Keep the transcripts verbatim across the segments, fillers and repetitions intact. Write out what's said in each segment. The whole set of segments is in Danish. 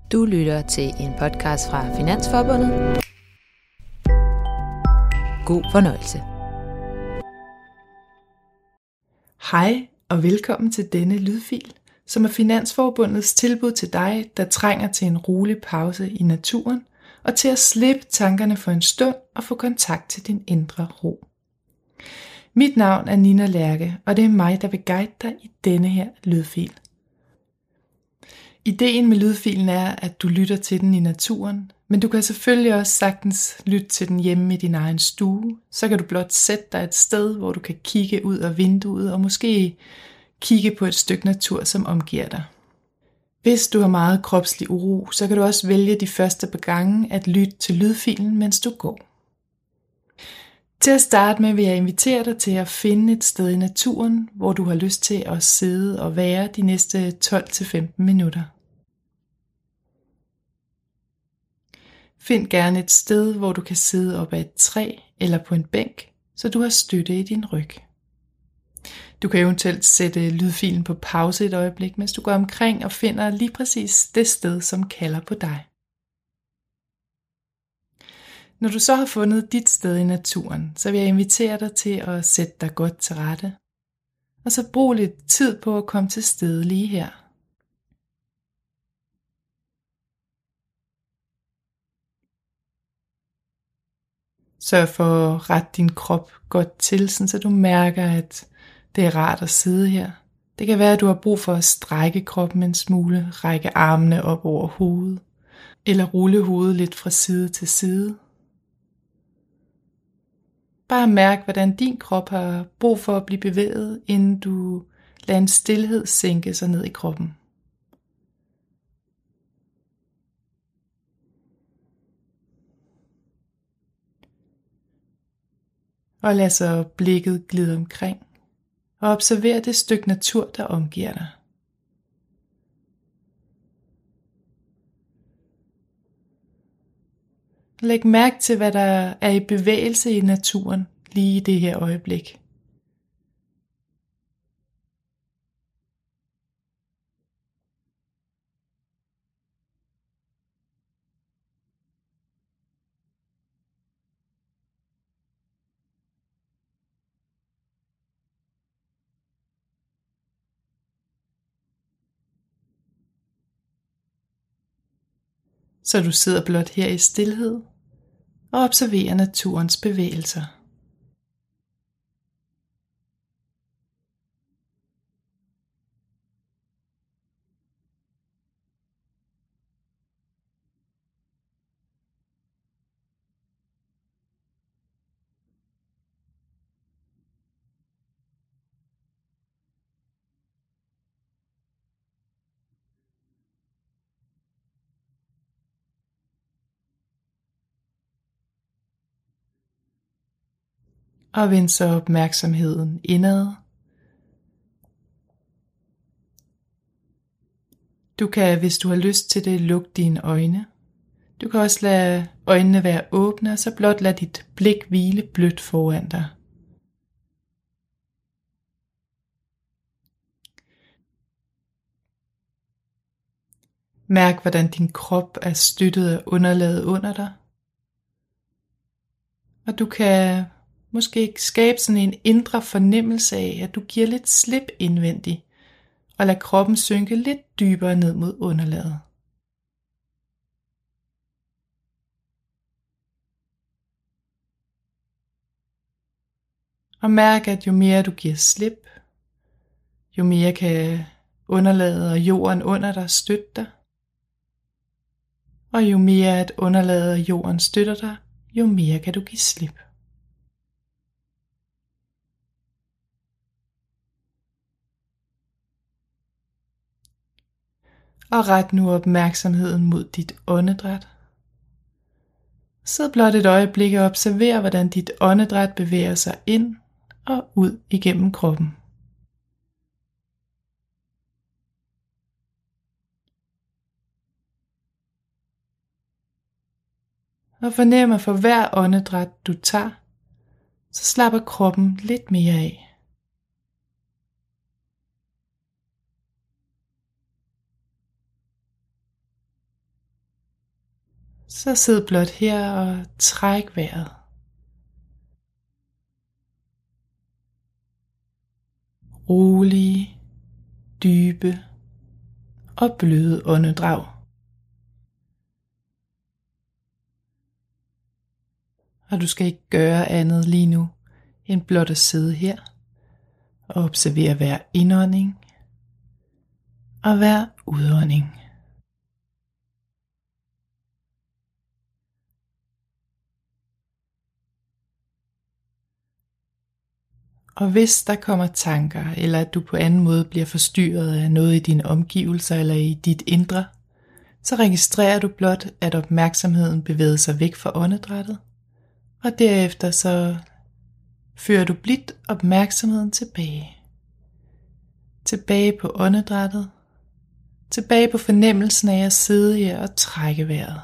Du lytter til en podcast fra Finansforbundet. God fornøjelse. Hej og velkommen til denne lydfil, som er Finansforbundets tilbud til dig, der trænger til en rolig pause i naturen og til at slippe tankerne for en stund og få kontakt til din indre ro. Mit navn er Nina Lærke, og det er mig, der vil guide dig i denne her lydfil. Ideen med lydfilen er, at du lytter til den i naturen, men du kan selvfølgelig også sagtens lytte til den hjemme i din egen stue. Så kan du blot sætte dig et sted, hvor du kan kigge ud af vinduet og måske kigge på et stykke natur, som omgiver dig. Hvis du har meget kropslig uro, så kan du også vælge de første par gange at lytte til lydfilen, mens du går. Til at starte med vil jeg invitere dig til at finde et sted i naturen, hvor du har lyst til at sidde og være de næste tolv til femten minutter. Find gerne et sted, hvor du kan sidde op ad et træ eller på en bænk, så du har støtte i din ryg. Du kan eventuelt sætte lydfilen på pause et øjeblik, mens du går omkring og finder lige præcis det sted, som kalder på dig. Når du så har fundet dit sted i naturen, så vil jeg invitere dig til at sætte dig godt til rette, og så brug lidt tid på at komme til stede lige her. Sørg for at rette din krop godt til, så du mærker, at det er rart at sidde her. Det kan være, at du har brug for at strække kroppen en smule, række armene op over hovedet, eller rulle hovedet lidt fra side til side. Bare mærk, hvordan din krop har brug for at blive bevæget, inden du lader en stilhed sænke sig ned i kroppen. Og lad så blikket glide omkring, og observer det stykke natur, der omgiver dig. Læg mærke til, hvad der er i bevægelse i naturen lige i det her øjeblik. Så du sidder blot her i stilhed og observerer naturens bevægelser. Og vend så opmærksomheden indad. Du kan, hvis du har lyst til det, lukke dine øjne. Du kan også lade øjnene være åbne, og så blot lade dit blik hvile blødt foran dig. Mærk, hvordan din krop er støttet af underlaget under dig. Og du kan måske skabe sådan en indre fornemmelse af, at du giver lidt slip indvendigt, og lader kroppen synke lidt dybere ned mod underlaget. Og mærk, at jo mere du giver slip, jo mere kan underlaget og jorden under dig støtte dig. Og jo mere at underlaget og jorden støtter dig, jo mere kan du give slip. Og ret nu opmærksomheden mod dit åndedræt. Sid blot et øjeblik og observer, hvordan dit åndedræt bevæger sig ind og ud igennem kroppen. Og fornemmer for hver åndedræt du tager, så slapper kroppen lidt mere af. Så sid blot her og træk vejret. Rolige, dybe og bløde åndedrag. Og du skal ikke gøre andet lige nu, end blot at sidde her og observere hver indånding og hver udånding. Og hvis der kommer tanker, eller at du på anden måde bliver forstyrret af noget i dine omgivelser eller i dit indre, så registrerer du blot, at opmærksomheden bevæger sig væk fra åndedrættet, og derefter så fører du blidt opmærksomheden tilbage. Tilbage på åndedrættet, tilbage på fornemmelsen af at sidde her og trække vejret.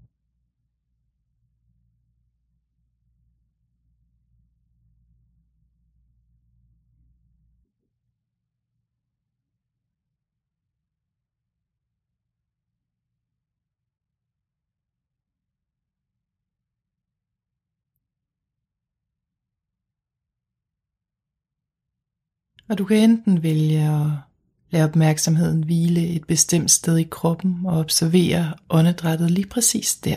Og du kan enten vælge at lade opmærksomheden hvile et bestemt sted i kroppen og observere åndedrættet lige præcis der.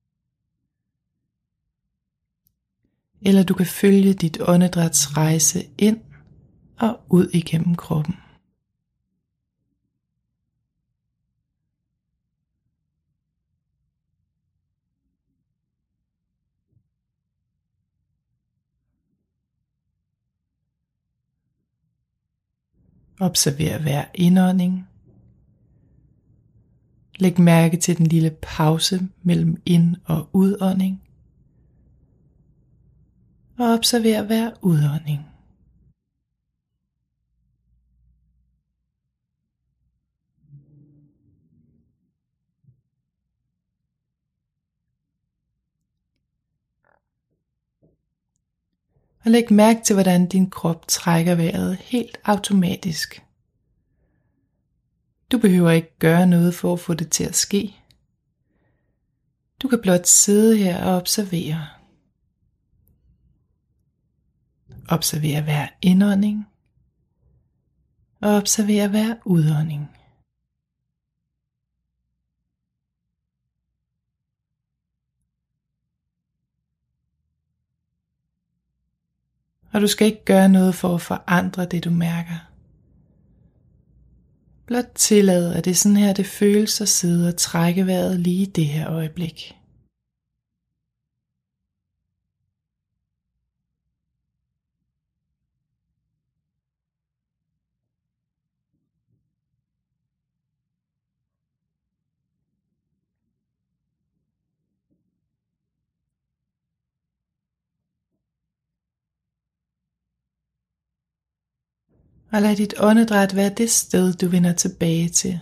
Eller du kan følge dit åndedræts rejse ind og ud igennem kroppen. Observer hver indånding. Læg mærke til den lille pause mellem ind- og udånding. Og observer hver udånding. Og læg mærke til, hvordan din krop trækker vejret helt automatisk. Du behøver ikke gøre noget for at få det til at ske. Du kan blot sidde her og observere. Observer hver indånding. Og observer hver udånding. Og du skal ikke gøre noget for at forandre det, du mærker. Blot tillad, at det er sådan her, det føles at sidde og trække vejret lige i det her øjeblik. Og lad dit åndedræt være det sted, du vender tilbage til.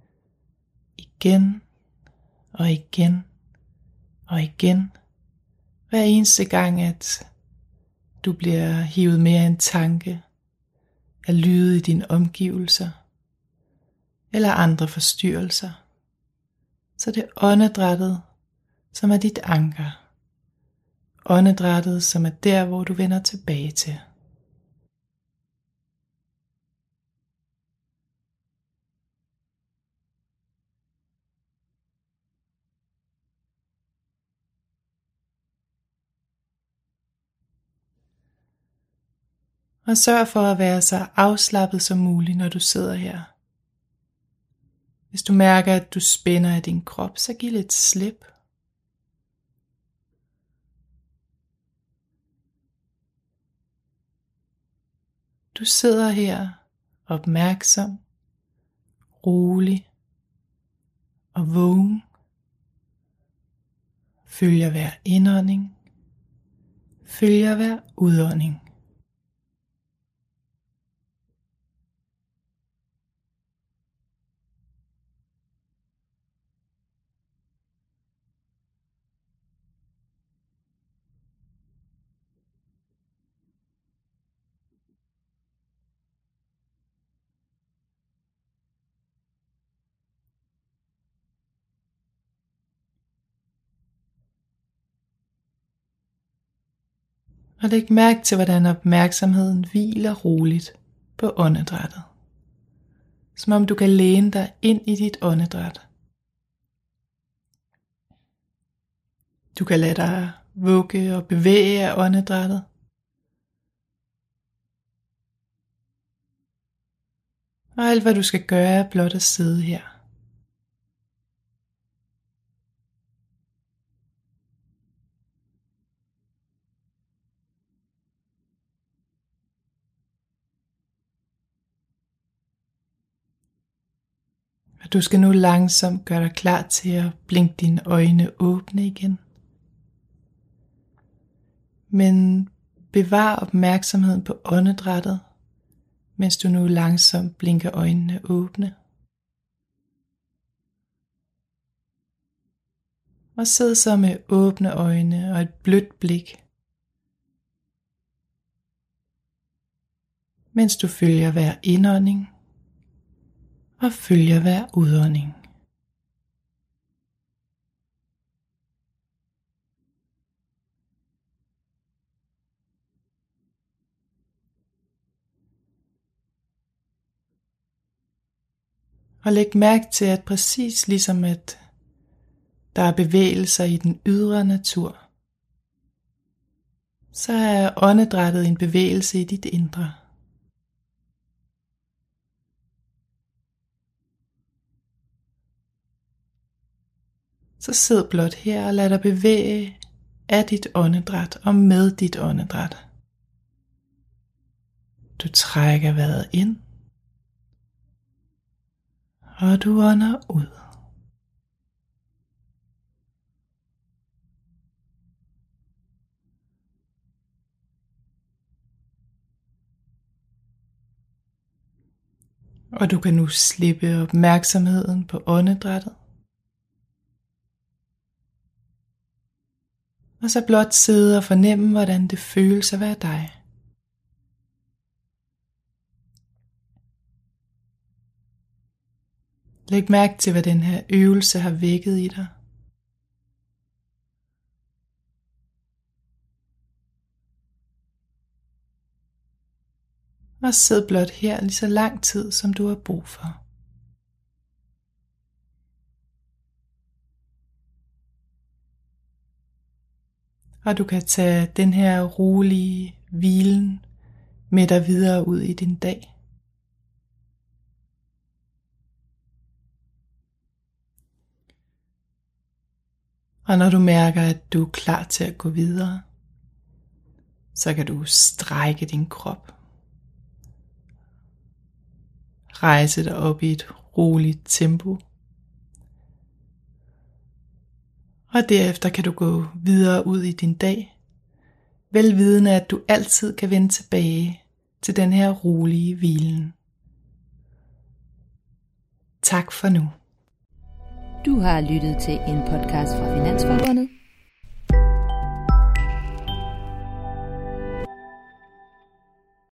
Igen og igen og igen. Hver eneste gang, at du bliver hivet mere af en tanke, af lyde i dine omgivelser eller andre forstyrrelser. Så det er åndedrættet, som er dit anker. Åndedrættet, som er der, hvor du vender tilbage til. Og sørg for at være så afslappet som muligt, når du sidder her. Hvis du mærker, at du spænder af din krop, så giv lidt slip. Du sidder her opmærksom, rolig og vågen. Følger hver indånding, følger hver udånding. Og læg mærke til, hvordan opmærksomheden hviler roligt på åndedrættet. Som om du kan læne dig ind i dit åndedræt. Du kan lade dig vugge og bevæge af åndedrættet. Og alt hvad du skal gøre er blot at sidde her. Og du skal nu langsomt gøre dig klar til at blinke dine øjne åbne igen. Men bevar opmærksomheden på åndedrættet, mens du nu langsomt blinker øjnene åbne. Og sid så med åbne øjne og et blødt blik, mens du følger hver indånding og følger hver udånding. Og læg mærke til, at præcis ligesom at der er bevægelser i den ydre natur, så er åndedrættet en bevægelse i dit indre. Så sid blot her og lad dig bevæge af dit åndedræt og med dit åndedræt. Du trækker vejret ind, og du ånder ud. Og du kan nu slippe opmærksomheden på åndedrættet. Og så blot sidde og fornemme, hvordan det føles at være dig. Læg mærke til, hvad den her øvelse har vækket i dig. Og sid blot her lige så lang tid, som du har brug for. Og du kan tage den her rolige hvilen med dig videre ud i din dag. Og når du mærker, at du er klar til at gå videre, så kan du strække din krop. Rejse dig op i et roligt tempo. Og derefter kan du gå videre ud i din dag, velvidende at du altid kan vende tilbage til den her rolige hvilen. Tak for nu. Du har lyttet til en podcast fra Finansforbundet.